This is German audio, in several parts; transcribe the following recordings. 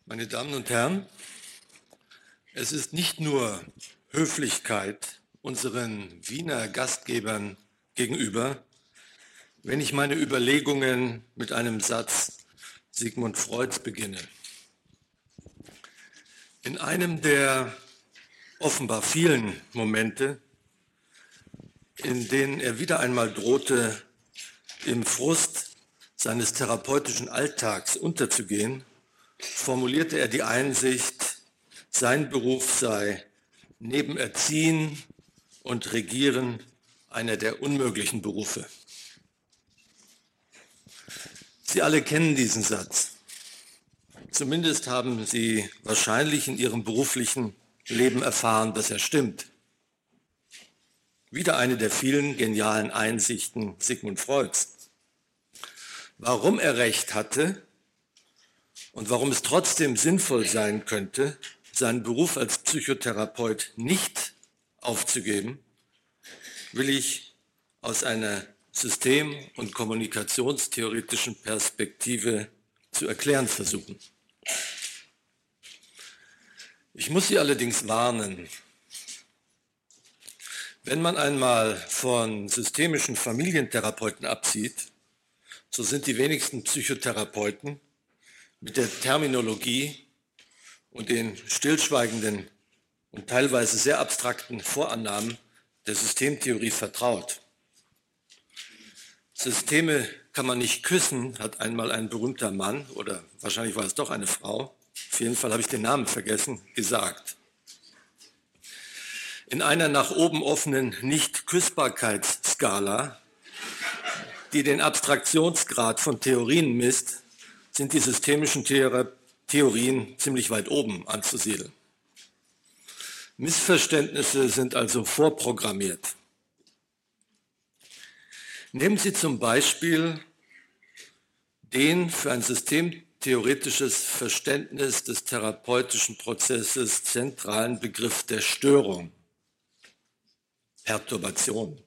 Meine Damen und Herren, es ist nicht nur Höflichkeit unseren Wiener Gastgebern gegenüber, wenn ich meine Überlegungen mit einem Satz Sigmund Freuds beginne. In einem der offenbar vielen Momente, in denen er wieder einmal drohte, im Frust seines therapeutischen Alltags unterzugehen, formulierte er die Einsicht, sein Beruf sei neben Erziehen und Regieren einer der unmöglichen Berufe. Sie alle kennen diesen Satz. Zumindest haben Sie wahrscheinlich in Ihrem beruflichen Leben erfahren, dass er stimmt. Wieder eine der vielen genialen Einsichten Sigmund Freuds. Warum er recht hatte und warum es trotzdem sinnvoll sein könnte, seinen Beruf als Psychotherapeut nicht aufzugeben, will ich aus einer system- und kommunikationstheoretischen Perspektive zu erklären versuchen. Ich muss Sie allerdings warnen. Wenn man einmal von systemischen Familientherapeuten absieht, so sind die wenigsten Psychotherapeuten mit der Terminologie und den stillschweigenden und teilweise sehr abstrakten Vorannahmen der Systemtheorie vertraut. Systeme kann man nicht küssen, hat einmal ein berühmter Mann, oder wahrscheinlich war es doch eine Frau, auf jeden Fall habe ich den Namen vergessen, gesagt. In einer nach oben offenen Nicht-Küssbarkeitsskala, die den Abstraktionsgrad von Theorien misst, sind die systemischen Theorien ziemlich weit oben anzusiedeln. Missverständnisse sind also vorprogrammiert. Nehmen Sie zum Beispiel den für ein systemtheoretisches Verständnis des therapeutischen Prozesses zentralen Begriff der Störung, Perturbation.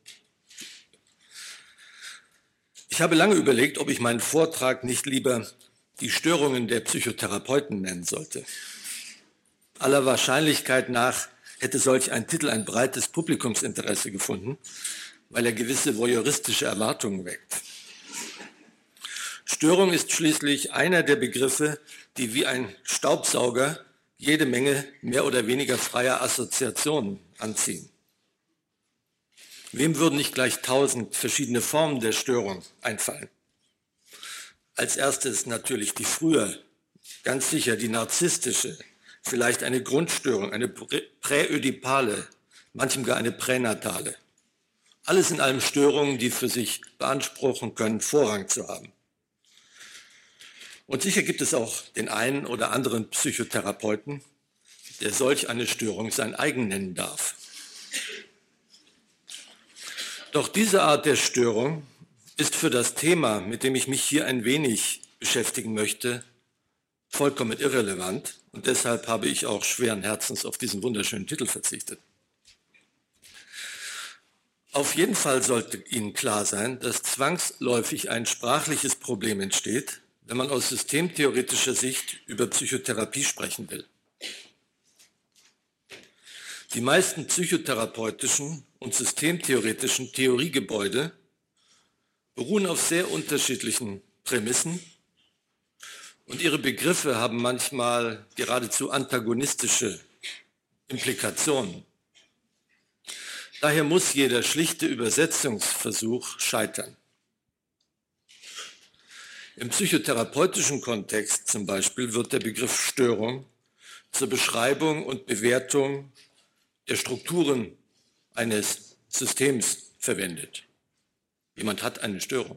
Ich habe lange überlegt, ob ich meinen Vortrag nicht lieber die Störungen der Psychotherapeuten nennen sollte. Aller Wahrscheinlichkeit nach hätte solch ein Titel ein breites Publikumsinteresse gefunden, weil er gewisse voyeuristische Erwartungen weckt. Störung ist schließlich einer der Begriffe, die wie ein Staubsauger jede Menge mehr oder weniger freier Assoziationen anziehen. Wem würden nicht gleich 1000 verschiedene Formen der Störung einfallen? Als erstes natürlich die frühe, ganz sicher die narzisstische, vielleicht eine Grundstörung, eine präödipale, manchem gar eine pränatale. Alles in allem Störungen, die für sich beanspruchen können, Vorrang zu haben. Und sicher gibt es auch den einen oder anderen Psychotherapeuten, der solch eine Störung sein eigen nennen darf. Doch diese Art der Störung ist für das Thema, mit dem ich mich hier ein wenig beschäftigen möchte, vollkommen irrelevant. Und deshalb habe ich auch schweren Herzens auf diesen wunderschönen Titel verzichtet. Auf jeden Fall sollte Ihnen klar sein, dass zwangsläufig ein sprachliches Problem entsteht, wenn man aus systemtheoretischer Sicht über Psychotherapie sprechen will. Die meisten psychotherapeutischen und systemtheoretischen Theoriegebäude beruhen auf sehr unterschiedlichen Prämissen und ihre Begriffe haben manchmal geradezu antagonistische Implikationen. Daher muss jeder schlichte Übersetzungsversuch scheitern. Im psychotherapeutischen Kontext zum Beispiel wird der Begriff Störung zur Beschreibung und Bewertung der Strukturen eines Systems verwendet. Jemand hat eine Störung.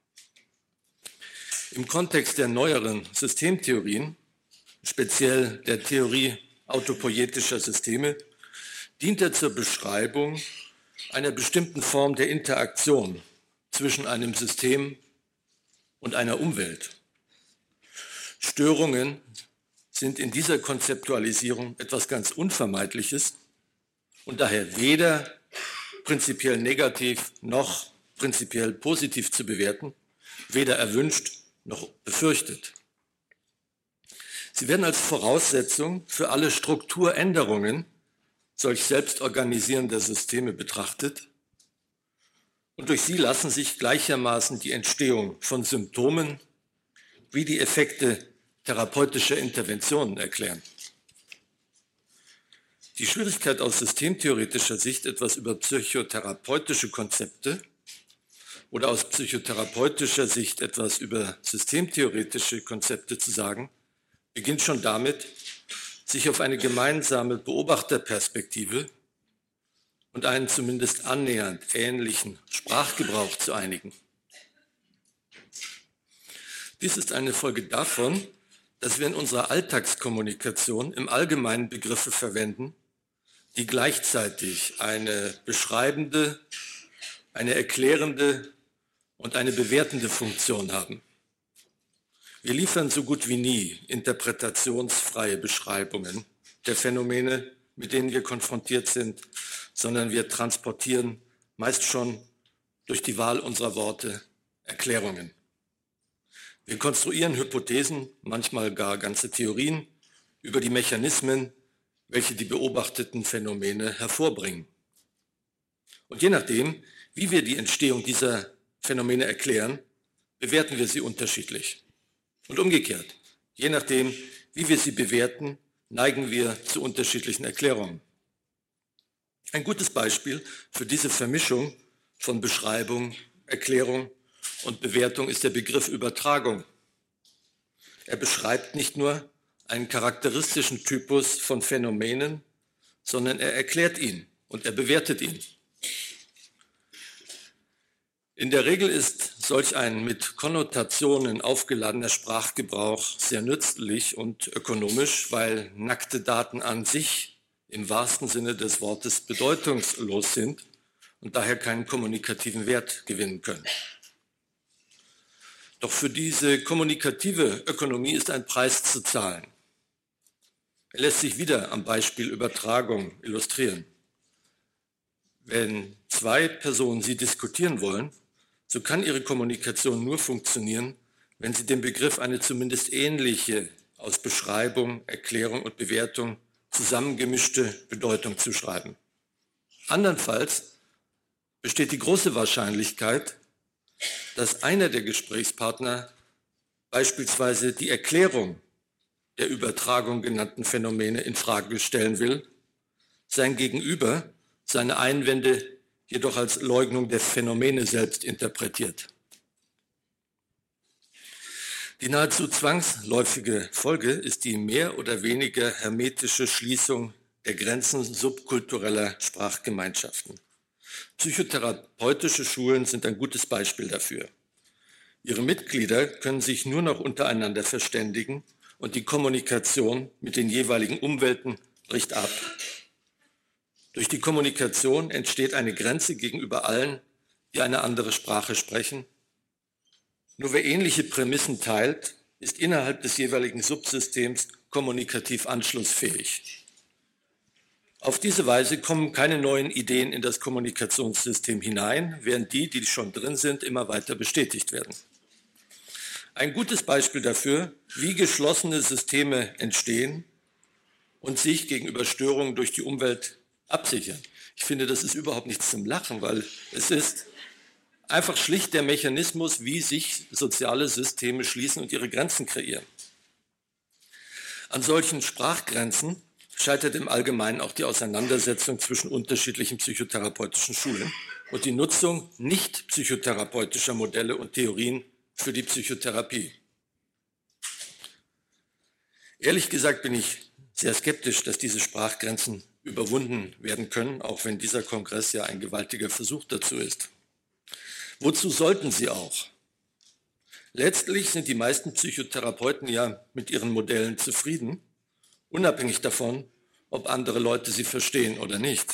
Im Kontext der neueren Systemtheorien, speziell der Theorie autopoietischer Systeme, dient er zur Beschreibung einer bestimmten Form der Interaktion zwischen einem System und einer Umwelt. Störungen sind in dieser Konzeptualisierung etwas ganz Unvermeidliches und daher weder prinzipiell negativ noch prinzipiell positiv zu bewerten, weder erwünscht noch befürchtet. Sie Sie werden als Voraussetzung für alle Strukturänderungen solch selbstorganisierender Systeme betrachtet und durch sie lassen sich gleichermaßen die Entstehung von Symptomen wie die Effekte therapeutischer Interventionen erklären. Die Schwierigkeit aus systemtheoretischer Sicht, etwas über psychotherapeutische Konzepte oder aus psychotherapeutischer Sicht etwas über systemtheoretische Konzepte zu sagen, beginnt schon damit, sich auf eine gemeinsame Beobachterperspektive und einen zumindest annähernd ähnlichen Sprachgebrauch zu einigen. Dies ist eine Folge davon, dass wir in unserer Alltagskommunikation im Allgemeinen Begriffe verwenden, die gleichzeitig eine beschreibende, eine erklärende und eine bewertende Funktion haben. Wir liefern so gut wie nie interpretationsfreie Beschreibungen der Phänomene, mit denen wir konfrontiert sind, sondern wir transportieren meist schon durch die Wahl unserer Worte Erklärungen. Wir konstruieren Hypothesen, manchmal gar ganze Theorien über die Mechanismen, welche die beobachteten Phänomene hervorbringen. Und je nachdem, wie wir die Entstehung dieser Phänomene erklären, bewerten wir sie unterschiedlich. Und umgekehrt, je nachdem, wie wir sie bewerten, neigen wir zu unterschiedlichen Erklärungen. Ein gutes Beispiel für diese Vermischung von Beschreibung, Erklärung und Bewertung ist der Begriff Übertragung. Er beschreibt nicht nur einen charakteristischen Typus von Phänomenen, sondern er erklärt ihn und er bewertet ihn. In der Regel ist solch ein mit Konnotationen aufgeladener Sprachgebrauch sehr nützlich und ökonomisch, weil nackte Daten an sich im wahrsten Sinne des Wortes bedeutungslos sind und daher keinen kommunikativen Wert gewinnen können. Doch für diese kommunikative Ökonomie ist ein Preis zu zahlen. Er lässt sich wieder am Beispiel Übertragung illustrieren. Wenn zwei Personen sie diskutieren wollen, so kann ihre Kommunikation nur funktionieren, wenn sie dem Begriff eine zumindest ähnliche, aus Beschreibung, Erklärung und Bewertung zusammengemischte Bedeutung zuschreiben. Andernfalls besteht die große Wahrscheinlichkeit, dass einer der Gesprächspartner beispielsweise die Erklärung der Übertragung genannten Phänomene in Frage stellen will, sein Gegenüber seine Einwände jedoch als Leugnung der Phänomene selbst interpretiert. Die nahezu zwangsläufige Folge ist die mehr oder weniger hermetische Schließung der Grenzen subkultureller Sprachgemeinschaften. Psychotherapeutische Schulen sind ein gutes Beispiel dafür. Ihre Mitglieder können sich nur noch untereinander verständigen und die Kommunikation mit den jeweiligen Umwelten bricht ab. Durch die Kommunikation entsteht eine Grenze gegenüber allen, die eine andere Sprache sprechen. Nur wer ähnliche Prämissen teilt, ist innerhalb des jeweiligen Subsystems kommunikativ anschlussfähig. Auf diese Weise kommen keine neuen Ideen in das Kommunikationssystem hinein, während die schon drin sind, immer weiter bestätigt werden. Ein gutes Beispiel dafür, wie geschlossene Systeme entstehen und sich gegenüber Störungen durch die Umwelt absichern. Ich finde, das ist überhaupt nichts zum Lachen, weil es ist einfach schlicht der Mechanismus, wie sich soziale Systeme schließen und ihre Grenzen kreieren. An solchen Sprachgrenzen scheitert im Allgemeinen auch die Auseinandersetzung zwischen unterschiedlichen psychotherapeutischen Schulen und die Nutzung nicht psychotherapeutischer Modelle und Theorien für die Psychotherapie. Ehrlich gesagt bin ich sehr skeptisch, dass diese Sprachgrenzen überwunden werden können, auch wenn dieser Kongress ja ein gewaltiger Versuch dazu ist. Wozu sollten sie auch? Letztlich sind die meisten Psychotherapeuten ja mit ihren Modellen zufrieden, unabhängig davon, ob andere Leute sie verstehen oder nicht.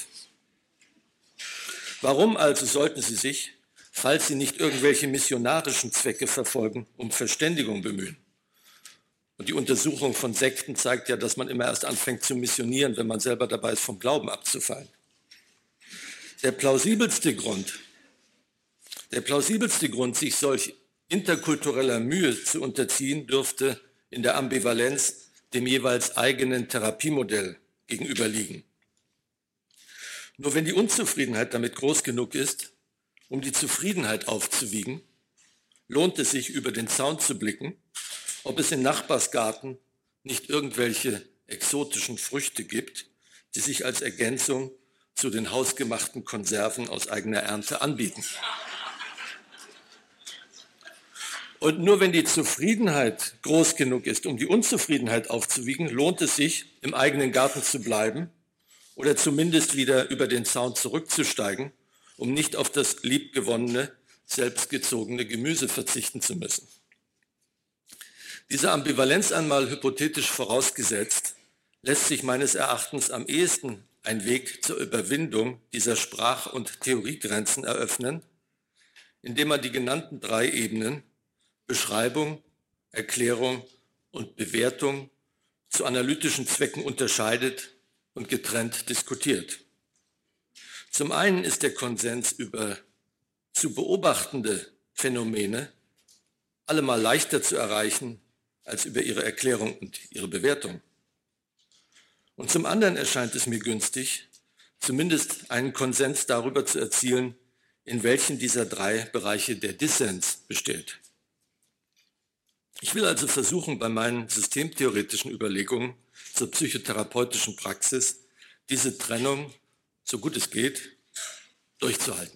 Warum also sollten sie sich, falls sie nicht irgendwelche missionarischen Zwecke verfolgen, um Verständigung bemühen? Und die Untersuchung von Sekten zeigt ja, dass man immer erst anfängt zu missionieren, wenn man selber dabei ist, vom Glauben abzufallen. Der plausibelste Grund, sich solch interkultureller Mühe zu unterziehen, dürfte in der Ambivalenz dem jeweils eigenen Therapiemodell gegenüberliegen. Nur wenn die Unzufriedenheit damit groß genug ist, um die Zufriedenheit aufzuwiegen, lohnt es sich, über den Zaun zu blicken, ob es im Nachbarsgarten nicht irgendwelche exotischen Früchte gibt, die sich als Ergänzung zu den hausgemachten Konserven aus eigener Ernte anbieten. Und nur wenn die Zufriedenheit groß genug ist, um die Unzufriedenheit aufzuwiegen, lohnt es sich, im eigenen Garten zu bleiben oder zumindest wieder über den Zaun zurückzusteigen, um nicht auf das liebgewonnene, selbstgezogene Gemüse verzichten zu müssen. Diese Ambivalenz einmal hypothetisch vorausgesetzt, lässt sich meines Erachtens am ehesten ein Weg zur Überwindung dieser Sprach- und Theoriegrenzen eröffnen, indem man die genannten 3 Ebenen Beschreibung, Erklärung und Bewertung zu analytischen Zwecken unterscheidet und getrennt diskutiert. Zum einen ist der Konsens über zu beobachtende Phänomene allemal leichter zu erreichen als über ihre Erklärung und ihre Bewertung. Und zum anderen erscheint es mir günstig, zumindest einen Konsens darüber zu erzielen, in welchen dieser 3 Bereiche der Dissens besteht. Ich will also versuchen, bei meinen systemtheoretischen Überlegungen zur psychotherapeutischen Praxis diese Trennung, so gut es geht, durchzuhalten.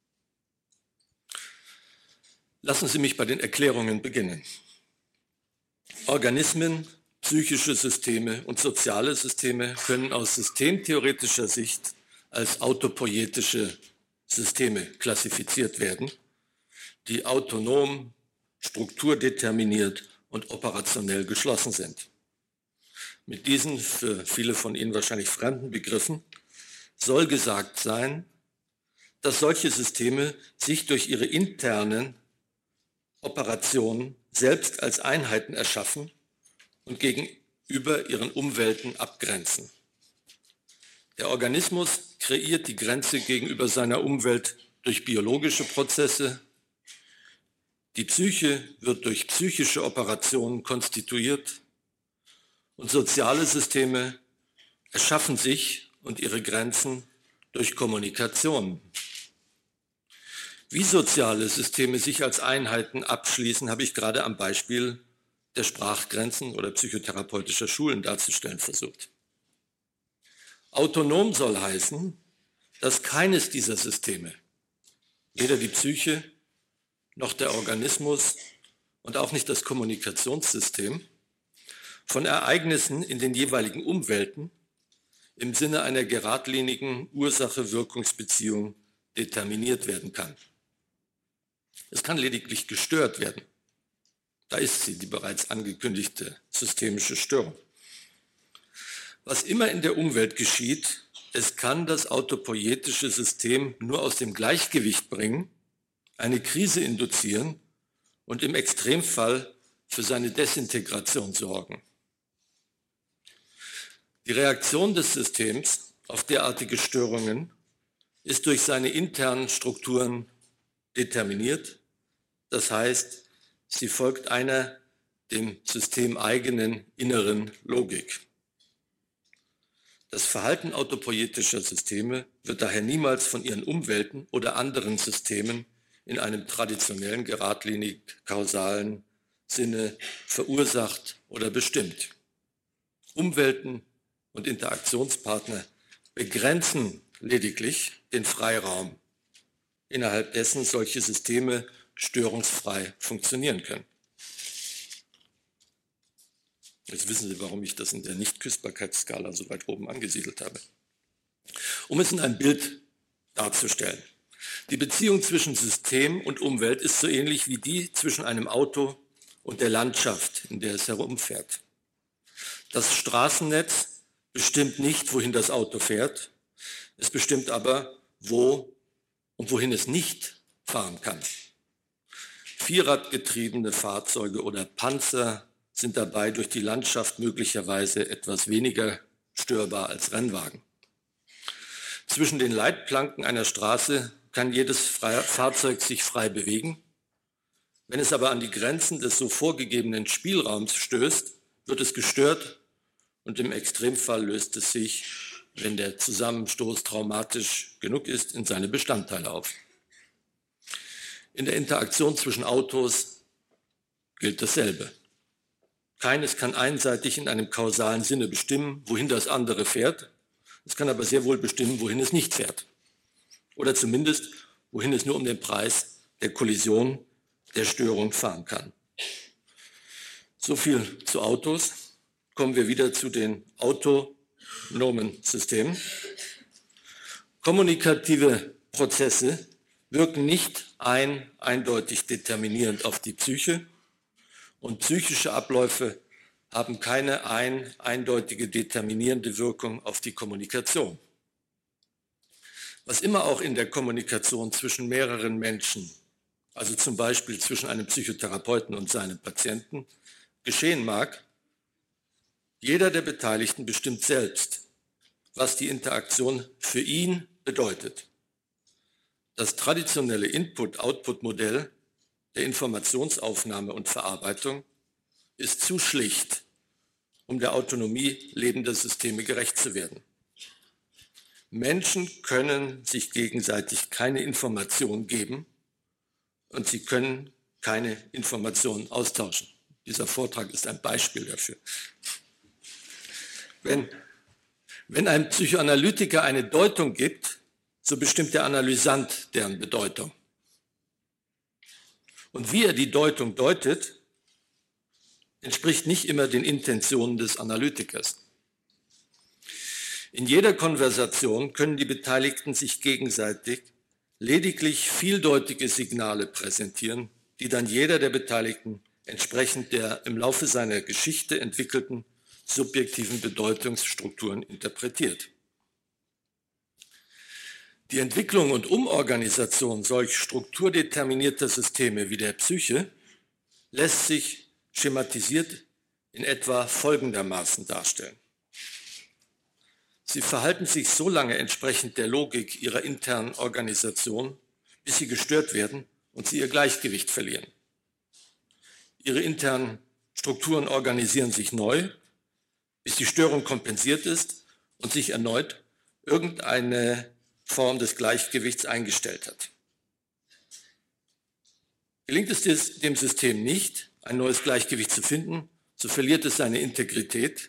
Lassen Sie mich bei den Erklärungen beginnen. Organismen, psychische Systeme und soziale Systeme können aus systemtheoretischer Sicht als autopoietische Systeme klassifiziert werden, die autonom, strukturdeterminiert und operationell geschlossen sind. Mit diesen für viele von Ihnen wahrscheinlich fremden Begriffen soll gesagt sein, dass solche Systeme sich durch ihre internen Operationen selbst als Einheiten erschaffen und gegenüber ihren Umwelten abgrenzen. Der Organismus kreiert die Grenze gegenüber seiner Umwelt durch biologische Prozesse. Die Psyche wird durch psychische Operationen konstituiert und soziale Systeme erschaffen sich und ihre Grenzen durch Kommunikation. Wie soziale Systeme sich als Einheiten abschließen, habe ich gerade am Beispiel der Sprachgrenzen oder psychotherapeutischer Schulen darzustellen versucht. Autonom soll heißen, dass keines dieser Systeme, weder die Psyche noch der Organismus und auch nicht das Kommunikationssystem, von Ereignissen in den jeweiligen Umwelten im Sinne einer geradlinigen Ursache-Wirkungsbeziehung determiniert werden kann. Es kann lediglich gestört werden. Da ist sie, die bereits angekündigte systemische Störung. Was immer in der Umwelt geschieht, es kann das autopoietische System nur aus dem Gleichgewicht bringen, eine Krise induzieren und im Extremfall für seine Desintegration sorgen. Die Reaktion des Systems auf derartige Störungen ist durch seine internen Strukturen determiniert. Das heißt, sie folgt einer dem System eigenen inneren Logik. Das Verhalten autopoietischer Systeme wird daher niemals von ihren Umwelten oder anderen Systemen in einem traditionellen, geradlinig kausalen Sinne verursacht oder bestimmt. Umwelten und Interaktionspartner begrenzen lediglich den Freiraum, innerhalb dessen solche Systeme störungsfrei funktionieren können. Jetzt wissen Sie, warum ich das in der Nicht-Küssbarkeitsskala so weit oben angesiedelt habe. Um es in ein Bild darzustellen. Die Beziehung zwischen System und Umwelt ist so ähnlich wie die zwischen einem Auto und der Landschaft, in der es herumfährt. Das Straßennetz bestimmt nicht, wohin das Auto fährt. Es bestimmt aber, wo und wohin es nicht fahren kann. Vierradgetriebene Fahrzeuge oder Panzer sind dabei durch die Landschaft möglicherweise etwas weniger störbar als Rennwagen. Zwischen den Leitplanken einer Straße kann jedes Fahrzeug sich frei bewegen. Wenn es aber an die Grenzen des so vorgegebenen Spielraums stößt, wird es gestört und im Extremfall löst es sich, wenn der Zusammenstoß traumatisch genug ist, in seine Bestandteile auf. In der Interaktion zwischen Autos gilt dasselbe. Keines kann einseitig in einem kausalen Sinne bestimmen, wohin das andere fährt. Es kann aber sehr wohl bestimmen, wohin es nicht fährt. Oder zumindest, wohin es nur um den Preis der Kollision, der Störung fahren kann. So viel zu Autos. Kommen wir wieder zu den autonomen Systemen. Kommunikative Prozesse wirken nicht eindeutig determinierend auf die Psyche und psychische Abläufe haben keine eindeutige determinierende Wirkung auf die Kommunikation. Was immer auch in der Kommunikation zwischen mehreren Menschen, also zum Beispiel zwischen einem Psychotherapeuten und seinem Patienten, geschehen mag, jeder der Beteiligten bestimmt selbst, was die Interaktion für ihn bedeutet. Das traditionelle Input-Output-Modell der Informationsaufnahme und Verarbeitung ist zu schlicht, um der Autonomie lebender Systeme gerecht zu werden. Menschen können sich gegenseitig keine Information geben und sie können keine Informationen austauschen. Dieser Vortrag ist ein Beispiel dafür. Wenn ein Psychoanalytiker eine Deutung gibt, so bestimmt der Analysant deren Bedeutung. Und wie er die Deutung deutet, entspricht nicht immer den Intentionen des Analytikers. In jeder Konversation können die Beteiligten sich gegenseitig lediglich vieldeutige Signale präsentieren, die dann jeder der Beteiligten entsprechend der im Laufe seiner Geschichte entwickelten subjektiven Bedeutungsstrukturen interpretiert. Die Entwicklung und Umorganisation solch strukturdeterminierter Systeme wie der Psyche lässt sich schematisiert in etwa folgendermaßen darstellen. Sie verhalten sich so lange entsprechend der Logik ihrer internen Organisation, bis sie gestört werden und sie ihr Gleichgewicht verlieren. Ihre internen Strukturen organisieren sich neu, bis die Störung kompensiert ist und sich erneut irgendeine Form des Gleichgewichts eingestellt hat. Gelingt es dem System nicht, ein neues Gleichgewicht zu finden, so verliert es seine Integrität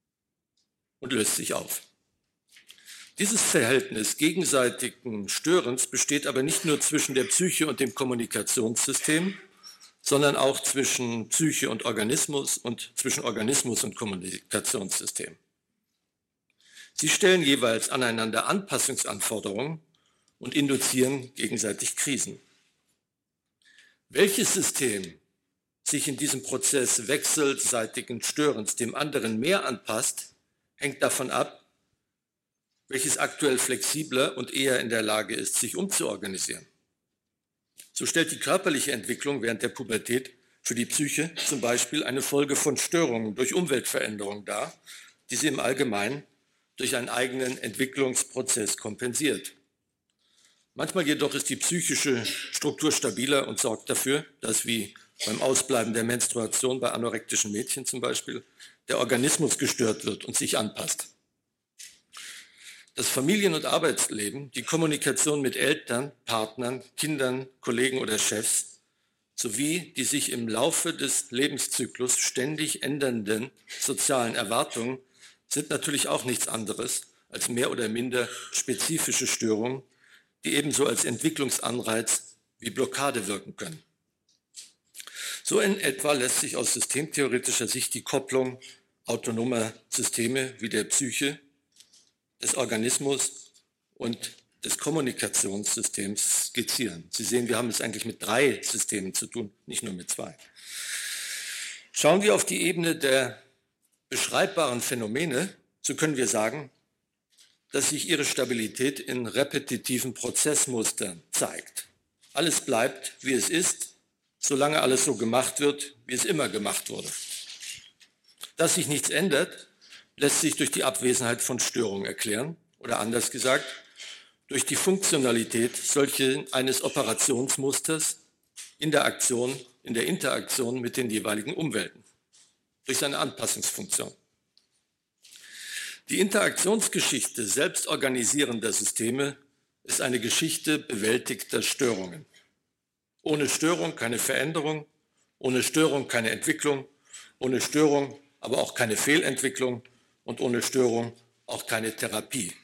und löst sich auf. Dieses Verhältnis gegenseitigen Störens besteht aber nicht nur zwischen der Psyche und dem Kommunikationssystem, sondern auch zwischen Psyche und Organismus und zwischen Organismus und Kommunikationssystem. Sie stellen jeweils aneinander Anpassungsanforderungen und induzieren gegenseitig Krisen. Welches System sich in diesem Prozess wechselseitigen Störens dem anderen mehr anpasst, hängt davon ab, welches aktuell flexibler und eher in der Lage ist, sich umzuorganisieren. So stellt die körperliche Entwicklung während der Pubertät für die Psyche zum Beispiel eine Folge von Störungen durch Umweltveränderungen dar, die sie im Allgemeinen durch einen eigenen Entwicklungsprozess kompensiert. Manchmal jedoch ist die psychische Struktur stabiler und sorgt dafür, dass wie beim Ausbleiben der Menstruation bei anorektischen Mädchen zum Beispiel der Organismus gestört wird und sich anpasst. Das Familien- und Arbeitsleben, die Kommunikation mit Eltern, Partnern, Kindern, Kollegen oder Chefs sowie die sich im Laufe des Lebenszyklus ständig ändernden sozialen Erwartungen sind natürlich auch nichts anderes als mehr oder minder spezifische Störungen, die ebenso als Entwicklungsanreiz wie Blockade wirken können. So in etwa lässt sich aus systemtheoretischer Sicht die Kopplung autonomer Systeme wie der Psyche, des Organismus und des Kommunikationssystems skizzieren. Sie sehen, wir haben es eigentlich mit 3 Systemen zu tun, nicht nur mit 2. Schauen wir auf die Ebene der beschreibbaren Phänomene, so können wir sagen, dass sich ihre Stabilität in repetitiven Prozessmustern zeigt. Alles bleibt, wie es ist, solange alles so gemacht wird, wie es immer gemacht wurde. Dass sich nichts ändert, lässt sich durch die Abwesenheit von Störungen erklären oder anders gesagt, durch die Funktionalität eines Operationsmusters in der Aktion, in der Interaktion mit den jeweiligen Umwelten, durch seine Anpassungsfunktion. Die Interaktionsgeschichte selbstorganisierender Systeme ist eine Geschichte bewältigter Störungen. Ohne Störung keine Veränderung, ohne Störung keine Entwicklung, ohne Störung aber auch keine Fehlentwicklung und ohne Störung auch keine Therapie.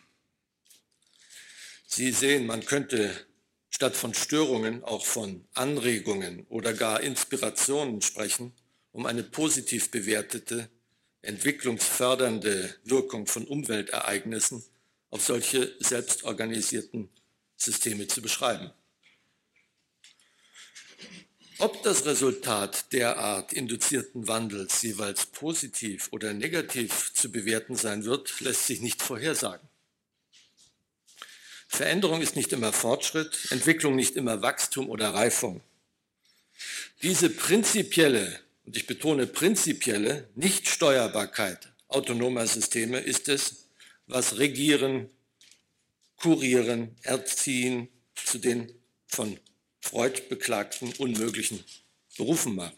Sie sehen, man könnte statt von Störungen auch von Anregungen oder gar Inspirationen sprechen, um eine positiv bewertete, entwicklungsfördernde Wirkung von Umweltereignissen auf solche selbstorganisierten Systeme zu beschreiben. Ob das Resultat derart induzierten Wandels jeweils positiv oder negativ zu bewerten sein wird, lässt sich nicht vorhersagen. Veränderung ist nicht immer Fortschritt, Entwicklung nicht immer Wachstum oder Reifung. Diese prinzipielle, und ich betone prinzipielle, Nichtsteuerbarkeit autonomer Systeme ist es, was Regieren, Kurieren, Erziehen zu den von Freud beklagten unmöglichen Berufen macht.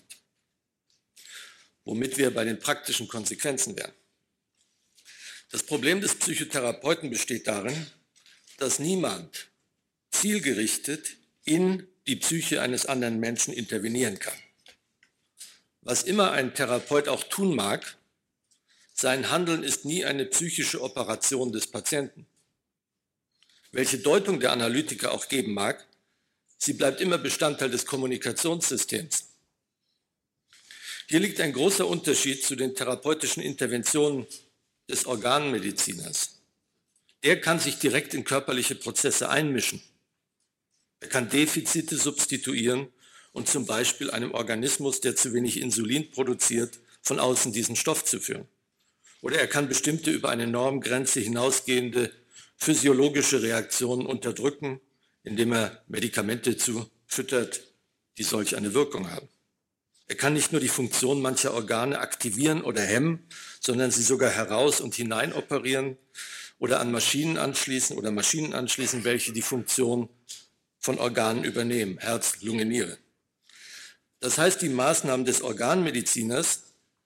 Womit wir bei den praktischen Konsequenzen wären. Das Problem des Psychotherapeuten besteht darin, dass niemand zielgerichtet in die Psyche eines anderen Menschen intervenieren kann. Was immer ein Therapeut auch tun mag, sein Handeln ist nie eine psychische Operation des Patienten. Welche Deutung der Analytiker auch geben mag, sie bleibt immer Bestandteil des Kommunikationssystems. Hier liegt ein großer Unterschied zu den therapeutischen Interventionen des Organmediziners. Der kann sich direkt in körperliche Prozesse einmischen. Er kann Defizite substituieren und zum Beispiel einem Organismus, der zu wenig Insulin produziert, von außen diesen Stoff zuführen. Oder er kann bestimmte über eine Normgrenze hinausgehende physiologische Reaktionen unterdrücken, indem er Medikamente zufüttert, die solch eine Wirkung haben. Er kann nicht nur die Funktion mancher Organe aktivieren oder hemmen, sondern sie sogar heraus und hinein operieren oder an Maschinen anschließen, welche die Funktion von Organen übernehmen, Herz, Lunge, Niere. Das heißt, die Maßnahmen des Organmediziners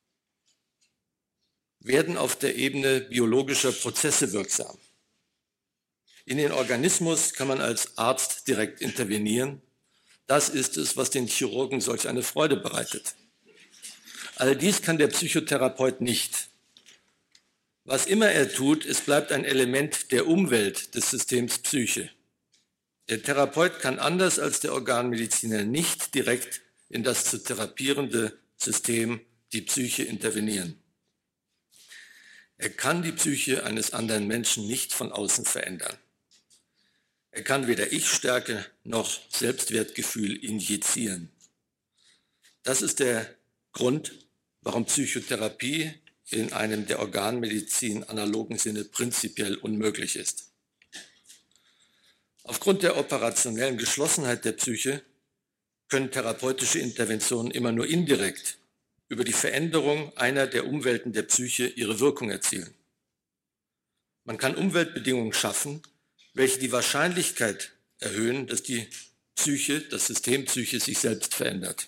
werden auf der Ebene biologischer Prozesse wirksam. In den Organismus kann man als Arzt direkt intervenieren. Das ist es, was den Chirurgen solch eine Freude bereitet. All dies kann der Psychotherapeut nicht. Was immer er tut, es bleibt ein Element der Umwelt des Systems Psyche. Der Therapeut kann anders als der Organmediziner nicht direkt in das zu therapierende System, die Psyche, intervenieren. Er kann die Psyche eines anderen Menschen nicht von außen verändern. Er kann weder Ich-Stärke noch Selbstwertgefühl injizieren. Das ist der Grund, warum Psychotherapie in einem der Organmedizin analogen Sinne prinzipiell unmöglich ist. Aufgrund der operationellen Geschlossenheit der Psyche können therapeutische Interventionen immer nur indirekt über die Veränderung einer der Umwelten der Psyche ihre Wirkung erzielen. Man kann Umweltbedingungen schaffen, welche die Wahrscheinlichkeit erhöhen, dass die Psyche, das System Psyche, sich selbst verändert.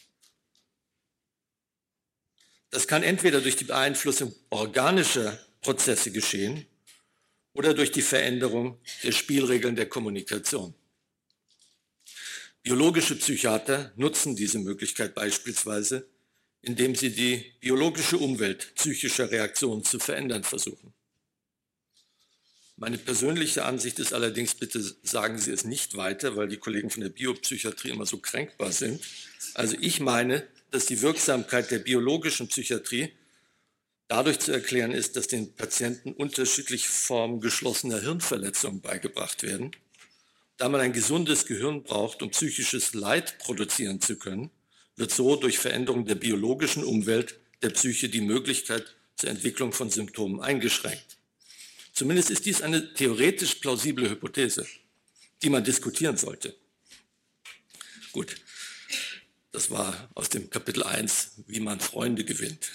Das kann entweder durch die Beeinflussung organischer Prozesse geschehen oder durch die Veränderung der Spielregeln der Kommunikation. Biologische Psychiater nutzen diese Möglichkeit beispielsweise, indem sie die biologische Umwelt psychischer Reaktionen zu verändern versuchen. Meine persönliche Ansicht ist allerdings, bitte sagen Sie es nicht weiter, weil die Kollegen von der Biopsychiatrie immer so kränkbar sind. Also ich meine, dass die Wirksamkeit der biologischen Psychiatrie dadurch zu erklären ist, dass den Patienten unterschiedliche Formen geschlossener Hirnverletzungen beigebracht werden. Da man ein gesundes Gehirn braucht, um psychisches Leid produzieren zu können, wird so durch Veränderung der biologischen Umwelt der Psyche die Möglichkeit zur Entwicklung von Symptomen eingeschränkt. Zumindest ist dies eine theoretisch plausible Hypothese, die man diskutieren sollte. Gut, das war aus dem Kapitel 1, wie man Freunde gewinnt.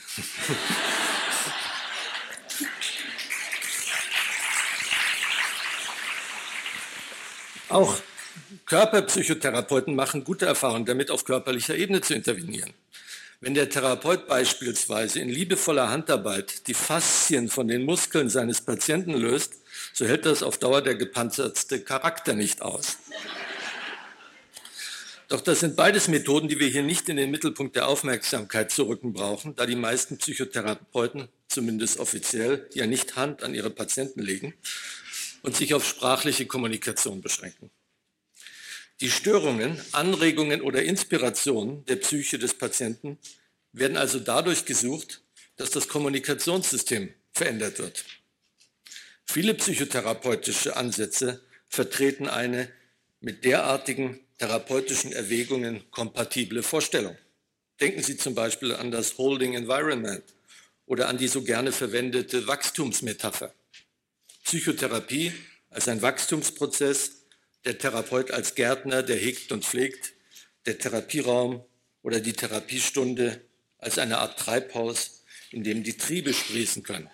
Auch Körperpsychotherapeuten machen gute Erfahrungen damit, auf körperlicher Ebene zu intervenieren. Wenn der Therapeut beispielsweise in liebevoller Handarbeit die Faszien von den Muskeln seines Patienten löst, so hält das auf Dauer der gepanzerte Charakter nicht aus. Doch das sind beides Methoden, die wir hier nicht in den Mittelpunkt der Aufmerksamkeit zu rücken brauchen, da die meisten Psychotherapeuten, zumindest offiziell, ja nicht Hand an ihre Patienten legen und sich auf sprachliche Kommunikation beschränken. Die Störungen, Anregungen oder Inspirationen der Psyche des Patienten werden also dadurch gesucht, dass das Kommunikationssystem verändert wird. Viele psychotherapeutische Ansätze vertreten eine mit derartigen therapeutischen Erwägungen kompatible Vorstellung. Denken Sie zum Beispiel an das Holding Environment oder an die so gerne verwendete Wachstumsmetapher. Psychotherapie als ein Wachstumsprozess, der Therapeut als Gärtner, der hegt und pflegt, der Therapieraum oder die Therapiestunde als eine Art Treibhaus, in dem die Triebe sprießen können.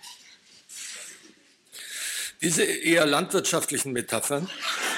Diese eher landwirtschaftlichen Metaphern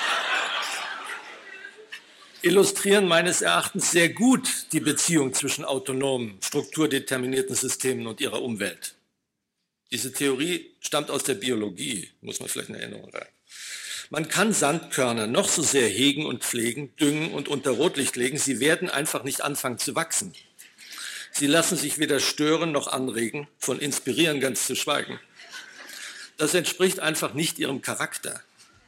illustrieren meines Erachtens sehr gut die Beziehung zwischen autonomen, strukturdeterminierten Systemen und ihrer Umwelt. Diese Theorie stammt aus der Biologie, muss man vielleicht in Erinnerung halten. Man kann Sandkörner noch so sehr hegen und pflegen, düngen und unter Rotlicht legen, sie werden einfach nicht anfangen zu wachsen. Sie lassen sich weder stören noch anregen, von inspirieren ganz zu schweigen. Das entspricht einfach nicht ihrem Charakter.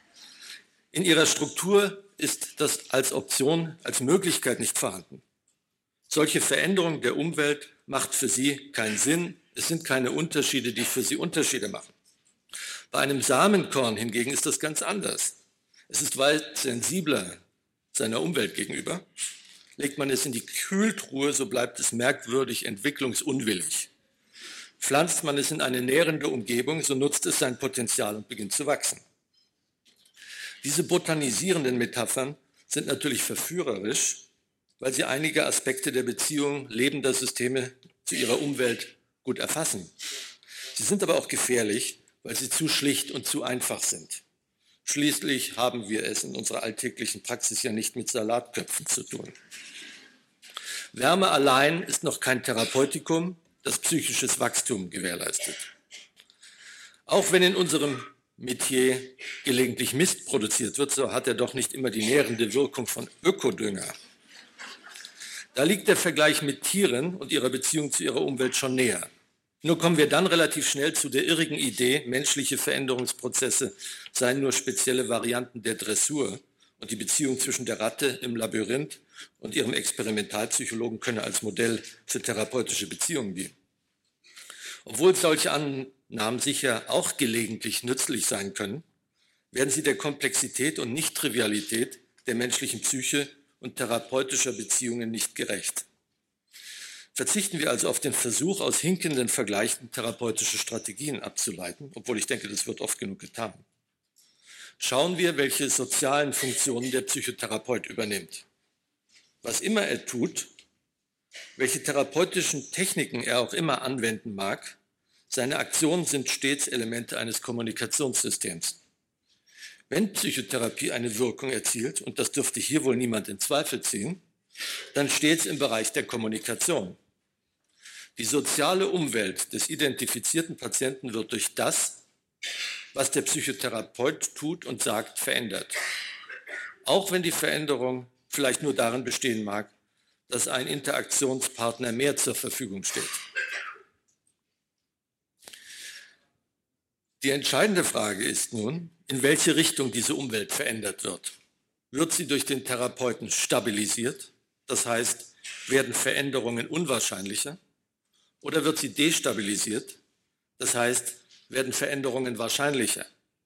In ihrer Struktur ist das als Option, als Möglichkeit nicht vorhanden. Solche Veränderung der Umwelt macht für sie keinen Sinn. Es sind keine Unterschiede, die für sie Unterschiede machen. Bei einem Samenkorn hingegen ist das ganz anders. Es ist weit sensibler seiner Umwelt gegenüber. Legt man es in die Kühltruhe, so bleibt es merkwürdig entwicklungsunwillig. Pflanzt man es in eine nährende Umgebung, so nutzt es sein Potenzial und beginnt zu wachsen. Diese botanisierenden Metaphern sind natürlich verführerisch, weil sie einige Aspekte der Beziehung lebender Systeme zu ihrer Umwelt gut erfassen. Sie sind aber auch gefährlich, weil sie zu schlicht und zu einfach sind. Schließlich haben wir es in unserer alltäglichen Praxis ja nicht mit Salatköpfen zu tun. Wärme allein ist noch kein Therapeutikum, das psychisches Wachstum gewährleistet. Auch wenn in unserem Metier gelegentlich Mist produziert wird, so hat er doch nicht immer die nährende Wirkung von Ökodünger. Da liegt der Vergleich mit Tieren und ihrer Beziehung zu ihrer Umwelt schon näher. Nur kommen wir dann relativ schnell zu der irrigen Idee, menschliche Veränderungsprozesse seien nur spezielle Varianten der Dressur und die Beziehung zwischen der Ratte im Labyrinth und ihrem Experimentalpsychologen könne als Modell für therapeutische Beziehungen dienen. Obwohl solche Annahmen sicher auch gelegentlich nützlich sein können, werden sie der Komplexität und Nichttrivialität der menschlichen Psyche und therapeutischer Beziehungen nicht gerecht. Verzichten wir also auf den Versuch, aus hinkenden Vergleichen therapeutische Strategien abzuleiten, obwohl ich denke, das wird oft genug getan. Schauen wir, welche sozialen Funktionen der Psychotherapeut übernimmt. Was immer er tut, welche therapeutischen Techniken er auch immer anwenden mag, seine Aktionen sind stets Elemente eines Kommunikationssystems. Wenn Psychotherapie eine Wirkung erzielt, und das dürfte hier wohl niemand in Zweifel ziehen, dann stets im Bereich der Kommunikation. Die soziale Umwelt des identifizierten Patienten wird durch das, was der Psychotherapeut tut und sagt, verändert. Auch wenn die Veränderung vielleicht nur darin bestehen mag, dass ein Interaktionspartner mehr zur Verfügung steht. Die entscheidende Frage ist nun, in welche Richtung diese Umwelt verändert wird. Wird sie durch den Therapeuten stabilisiert? Das heißt, werden Veränderungen unwahrscheinlicher? Oder wird sie destabilisiert? Das heißt, werden Veränderungen wahrscheinlicher?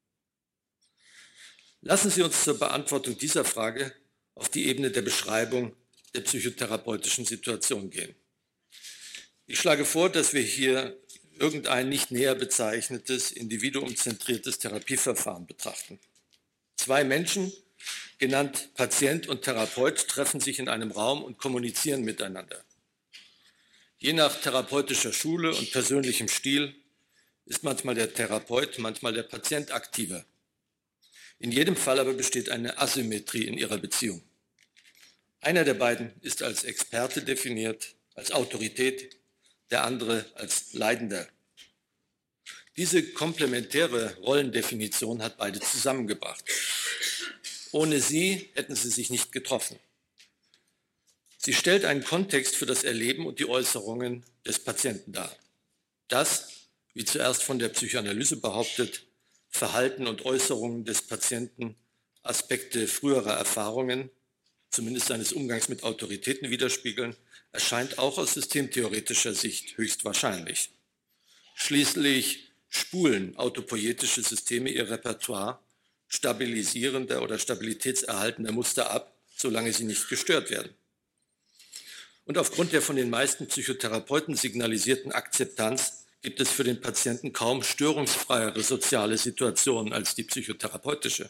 Lassen Sie uns zur Beantwortung dieser Frage auf die Ebene der Beschreibung der psychotherapeutischen Situation gehen. Ich schlage vor, dass wir hier irgendein nicht näher bezeichnetes, individuumzentriertes Therapieverfahren betrachten. Zwei Menschen, genannt Patient und Therapeut, treffen sich in einem Raum und kommunizieren miteinander. Je nach therapeutischer Schule und persönlichem Stil ist manchmal der Therapeut, manchmal der Patient aktiver. In jedem Fall aber besteht eine Asymmetrie in ihrer Beziehung. Einer der beiden ist als Experte definiert, als Autorität, der andere als Leidender. Diese komplementäre Rollendefinition hat beide zusammengebracht. Ohne sie hätten sie sich nicht getroffen. Sie stellt einen Kontext für das Erleben und die Äußerungen des Patienten dar. Das, wie zuerst von der Psychoanalyse behauptet, Verhalten und Äußerungen des Patienten Aspekte früherer Erfahrungen, zumindest seines Umgangs mit Autoritäten widerspiegeln, erscheint auch aus systemtheoretischer Sicht höchst wahrscheinlich. Schließlich spulen autopoietische Systeme ihr Repertoire stabilisierender oder stabilitätserhaltender Muster ab, solange sie nicht gestört werden. Und aufgrund der von den meisten Psychotherapeuten signalisierten Akzeptanz gibt es für den Patienten kaum störungsfreiere soziale Situationen als die psychotherapeutische.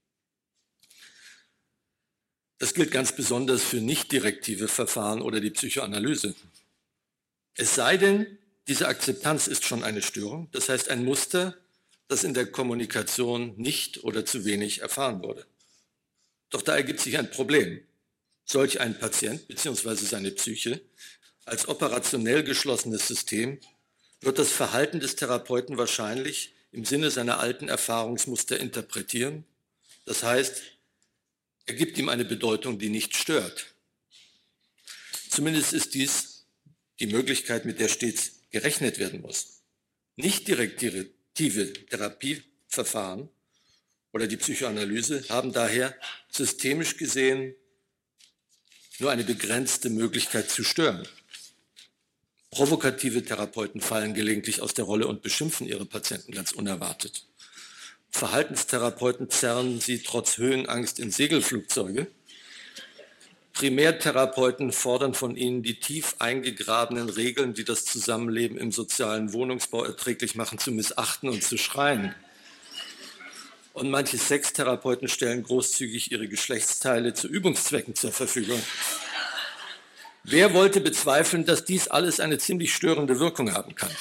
Das gilt ganz besonders für nicht direktive Verfahren oder die Psychoanalyse. Es sei denn, diese Akzeptanz ist schon eine Störung, das heißt ein Muster, das in der Kommunikation nicht oder zu wenig erfahren wurde. Doch da ergibt sich ein Problem. Solch ein Patient bzw. seine Psyche als operationell geschlossenes System wird das Verhalten des Therapeuten wahrscheinlich im Sinne seiner alten Erfahrungsmuster interpretieren. Das heißt, er gibt ihm eine Bedeutung, die nicht stört. Zumindest ist dies die Möglichkeit, mit der stets gerechnet werden muss. Nicht direktive Therapieverfahren oder die Psychoanalyse haben daher systemisch gesehen nur eine begrenzte Möglichkeit zu stören. Provokative Therapeuten fallen gelegentlich aus der Rolle und beschimpfen ihre Patienten ganz unerwartet. Verhaltenstherapeuten zerren sie trotz Höhenangst in Segelflugzeuge. Primärtherapeuten fordern von ihnen, die tief eingegrabenen Regeln, die das Zusammenleben im sozialen Wohnungsbau erträglich machen, zu missachten und zu schreien. Und manche Sextherapeuten stellen großzügig ihre Geschlechtsteile zu Übungszwecken zur Verfügung. Wer wollte bezweifeln, dass dies alles eine ziemlich störende Wirkung haben kann?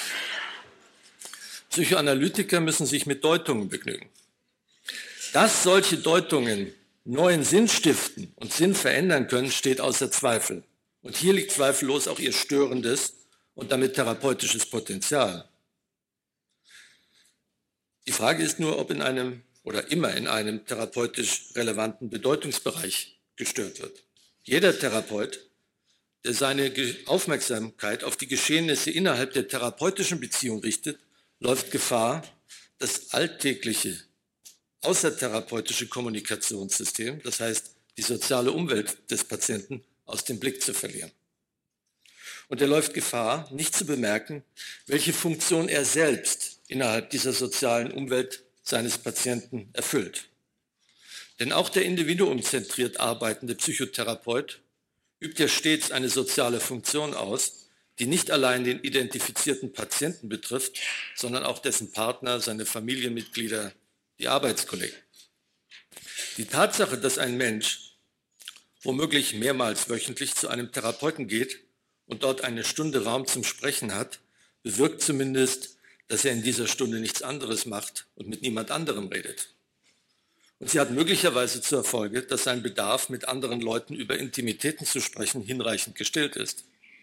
Psychoanalytiker müssen sich mit Deutungen begnügen. Dass solche Deutungen neuen Sinn stiften und Sinn verändern können, steht außer Zweifel. Und hier liegt zweifellos auch ihr störendes und damit therapeutisches Potenzial. Die Frage ist nur, ob in einem oder immer in einem therapeutisch relevanten Bedeutungsbereich gestört wird. Jeder Therapeut, der seine Aufmerksamkeit auf die Geschehnisse innerhalb der therapeutischen Beziehung richtet, läuft Gefahr, das alltägliche, außertherapeutische Kommunikationssystem, das heißt die soziale Umwelt des Patienten, aus dem Blick zu verlieren. Und er läuft Gefahr, nicht zu bemerken, welche Funktion er selbst innerhalb dieser sozialen Umwelt seines Patienten erfüllt. Denn auch der individuumzentriert arbeitende Psychotherapeut übt ja stets eine soziale Funktion aus, die nicht allein den identifizierten Patienten betrifft, sondern auch dessen Partner, seine Familienmitglieder, die Arbeitskollegen. Die Tatsache, dass ein Mensch womöglich mehrmals wöchentlich zu einem Therapeuten geht und dort eine Stunde Raum zum Sprechen hat, bewirkt zumindest, dass er in dieser Stunde nichts anderes macht und mit niemand anderem redet. Und sie hat möglicherweise zur Folge, dass sein Bedarf, mit anderen Leuten über Intimitäten zu sprechen, hinreichend gestillt ist.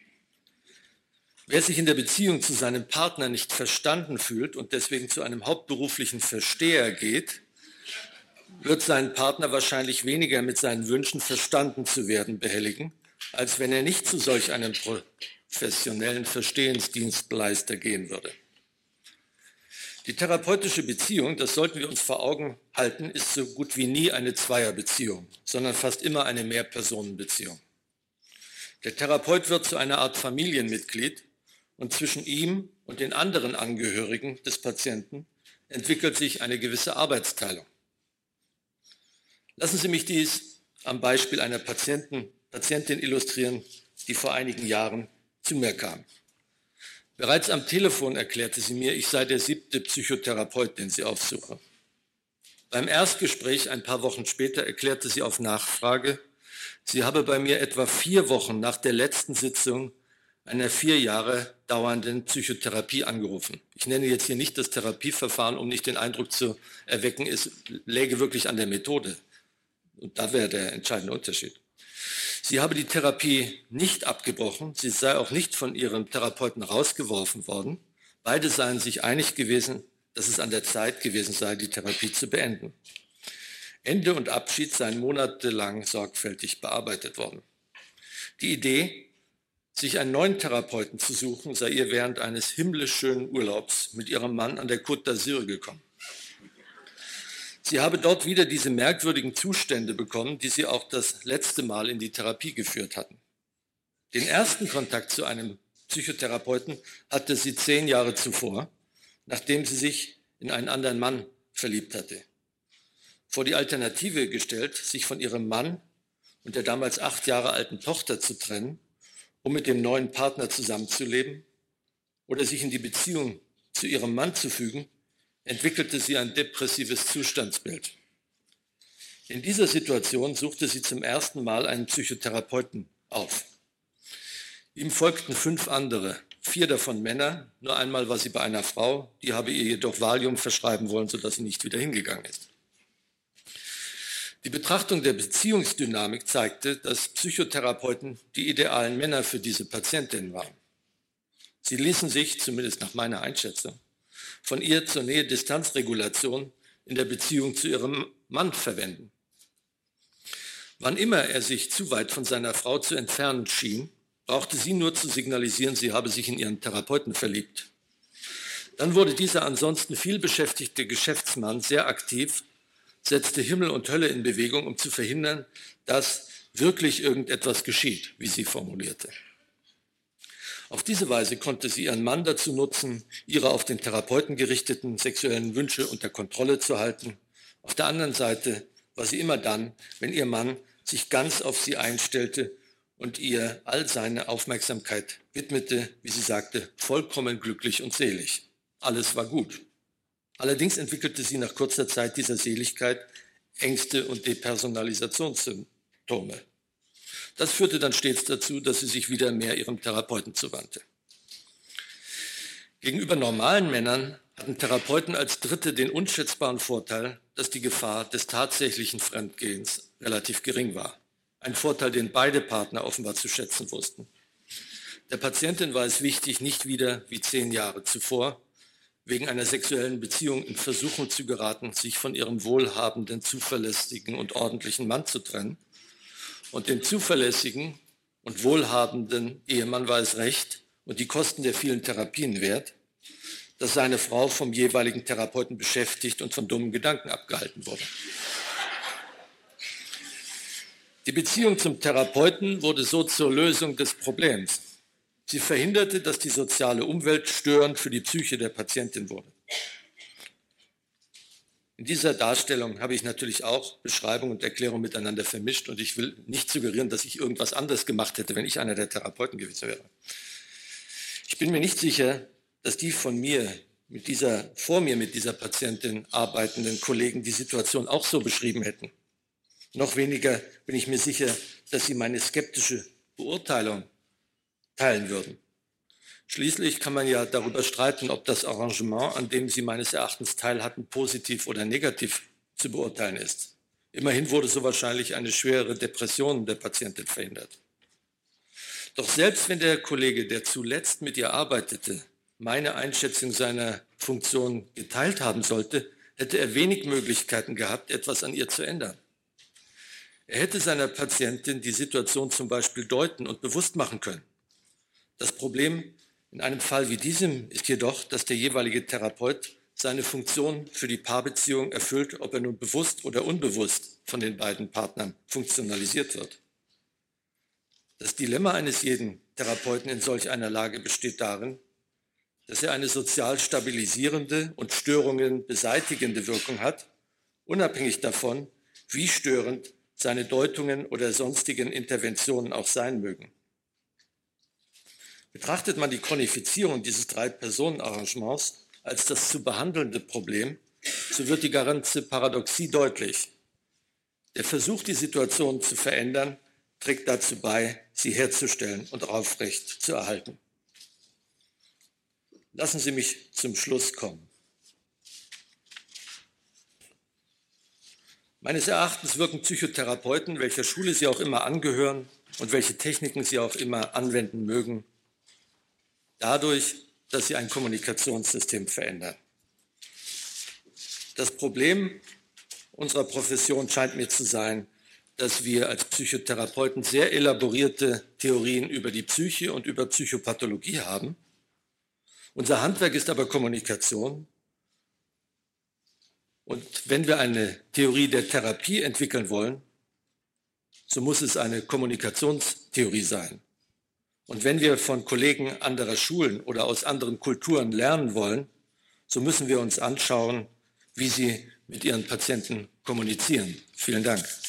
Wer sich in der Beziehung zu seinem Partner nicht verstanden fühlt und deswegen zu einem hauptberuflichen Versteher geht, wird seinen Partner wahrscheinlich weniger mit seinen Wünschen, verstanden zu werden, behelligen, als wenn er nicht zu solch einem professionellen Verstehensdienstleister gehen würde. Die therapeutische Beziehung, das sollten wir uns vor Augen halten, ist so gut wie nie eine Zweierbeziehung, sondern fast immer eine Mehrpersonenbeziehung. Der Therapeut wird zu einer Art Familienmitglied und zwischen ihm und den anderen Angehörigen des Patienten entwickelt sich eine gewisse Arbeitsteilung. Lassen Sie mich dies am Beispiel einer Patientin illustrieren, die vor einigen Jahren zu mir kam. Bereits am Telefon erklärte sie mir, ich sei der 7. Psychotherapeut, den sie aufsuche. Beim Erstgespräch ein paar Wochen später erklärte sie auf Nachfrage, sie habe bei mir etwa 4 Wochen nach der letzten Sitzung einer 4 Jahre dauernden Psychotherapie angerufen. Ich nenne jetzt hier nicht das Therapieverfahren, um nicht den Eindruck zu erwecken, es läge wirklich an der Methode. Und da wäre der entscheidende Unterschied. Sie habe die Therapie nicht abgebrochen, sie sei auch nicht von ihrem Therapeuten rausgeworfen worden. Beide seien sich einig gewesen, dass es an der Zeit gewesen sei, die Therapie zu beenden. Ende und Abschied seien monatelang sorgfältig bearbeitet worden. Die Idee, sich einen neuen Therapeuten zu suchen, sei ihr während eines himmlisch schönen Urlaubs mit ihrem Mann an der Côte d'Azur gekommen. Sie habe dort wieder diese merkwürdigen Zustände bekommen, die sie auch das letzte Mal in die Therapie geführt hatten. Den ersten Kontakt zu einem Psychotherapeuten hatte sie 10 Jahre zuvor, nachdem sie sich in einen anderen Mann verliebt hatte. Vor die Alternative gestellt, sich von ihrem Mann und der damals 8 Jahre alten Tochter zu trennen, um mit dem neuen Partner zusammenzuleben oder sich in die Beziehung zu ihrem Mann zu fügen, entwickelte sie ein depressives Zustandsbild. In dieser Situation suchte sie zum ersten Mal einen Psychotherapeuten auf. Ihm folgten 5 andere, 4 davon Männer. Nur einmal war sie bei einer Frau, die habe ihr jedoch Valium verschreiben wollen, sodass sie nicht wieder hingegangen ist. Die Betrachtung der Beziehungsdynamik zeigte, dass Psychotherapeuten die idealen Männer für diese Patientin waren. Sie ließen sich, zumindest nach meiner Einschätzung, von ihr zur Nähe-Distanz-Regulation in der Beziehung zu ihrem Mann verwenden. Wann immer er sich zu weit von seiner Frau zu entfernen schien, brauchte sie nur zu signalisieren, sie habe sich in ihren Therapeuten verliebt. Dann wurde dieser ansonsten vielbeschäftigte Geschäftsmann sehr aktiv, setzte Himmel und Hölle in Bewegung, um zu verhindern, dass wirklich irgendetwas geschieht, wie sie formulierte. Auf diese Weise konnte sie ihren Mann dazu nutzen, ihre auf den Therapeuten gerichteten sexuellen Wünsche unter Kontrolle zu halten. Auf der anderen Seite war sie immer dann, wenn ihr Mann sich ganz auf sie einstellte und ihr all seine Aufmerksamkeit widmete, wie sie sagte, vollkommen glücklich und selig. Alles war gut. Allerdings entwickelte sie nach kurzer Zeit dieser Seligkeit Ängste und Depersonalisationssymptome. Das führte dann stets dazu, dass sie sich wieder mehr ihrem Therapeuten zuwandte. Gegenüber normalen Männern hatten Therapeuten als Dritte den unschätzbaren Vorteil, dass die Gefahr des tatsächlichen Fremdgehens relativ gering war. Ein Vorteil, den beide Partner offenbar zu schätzen wussten. Der Patientin war es wichtig, nicht wieder wie 10 Jahre zuvor wegen einer sexuellen Beziehung in Versuchung zu geraten, sich von ihrem wohlhabenden, zuverlässigen und ordentlichen Mann zu trennen. Und dem zuverlässigen und wohlhabenden Ehemann war es recht und die Kosten der vielen Therapien wert, dass seine Frau vom jeweiligen Therapeuten beschäftigt und von dummen Gedanken abgehalten wurde. Die Beziehung zum Therapeuten wurde so zur Lösung des Problems. Sie verhinderte, dass die soziale Umwelt störend für die Psyche der Patientin wurde. In dieser Darstellung habe ich natürlich auch Beschreibung und Erklärung miteinander vermischt und ich will nicht suggerieren, dass ich irgendwas anderes gemacht hätte, wenn ich einer der Therapeuten gewesen wäre. Ich bin mir nicht sicher, dass die vor mir mit dieser Patientin arbeitenden Kollegen die Situation auch so beschrieben hätten. Noch weniger bin ich mir sicher, dass sie meine skeptische Beurteilung teilen würden. Schließlich kann man ja darüber streiten, ob das Arrangement, an dem sie meines Erachtens teilhatten, positiv oder negativ zu beurteilen ist. Immerhin wurde so wahrscheinlich eine schwere Depression der Patientin verhindert. Doch selbst wenn der Kollege, der zuletzt mit ihr arbeitete, meine Einschätzung seiner Funktion geteilt haben sollte, hätte er wenig Möglichkeiten gehabt, etwas an ihr zu ändern. Er hätte seiner Patientin die Situation zum Beispiel deuten und bewusst machen können. Das Problem in einem Fall wie diesem ist jedoch, dass der jeweilige Therapeut seine Funktion für die Paarbeziehung erfüllt, ob er nun bewusst oder unbewusst von den beiden Partnern funktionalisiert wird. Das Dilemma eines jeden Therapeuten in solch einer Lage besteht darin, dass er eine sozial stabilisierende und Störungen beseitigende Wirkung hat, unabhängig davon, wie störend seine Deutungen oder sonstigen Interventionen auch sein mögen. Betrachtet man die Chronifizierung dieses 3-Personen-Arrangements als das zu behandelnde Problem, so wird die ganze Paradoxie deutlich. Der Versuch, die Situation zu verändern, trägt dazu bei, sie herzustellen und aufrecht zu erhalten. Lassen Sie mich zum Schluss kommen. Meines Erachtens wirken Psychotherapeuten, welcher Schule sie auch immer angehören, und welche Techniken Sie auch immer anwenden mögen, dadurch, dass Sie ein Kommunikationssystem verändern. Das Problem unserer Profession scheint mir zu sein, dass wir als Psychotherapeuten sehr elaborierte Theorien über die Psyche und über Psychopathologie haben. Unser Handwerk ist aber Kommunikation. Und wenn wir eine Theorie der Therapie entwickeln wollen, so muss es eine Kommunikationstheorie sein. Und wenn wir von Kollegen anderer Schulen oder aus anderen Kulturen lernen wollen, so müssen wir uns anschauen, wie sie mit ihren Patienten kommunizieren. Vielen Dank.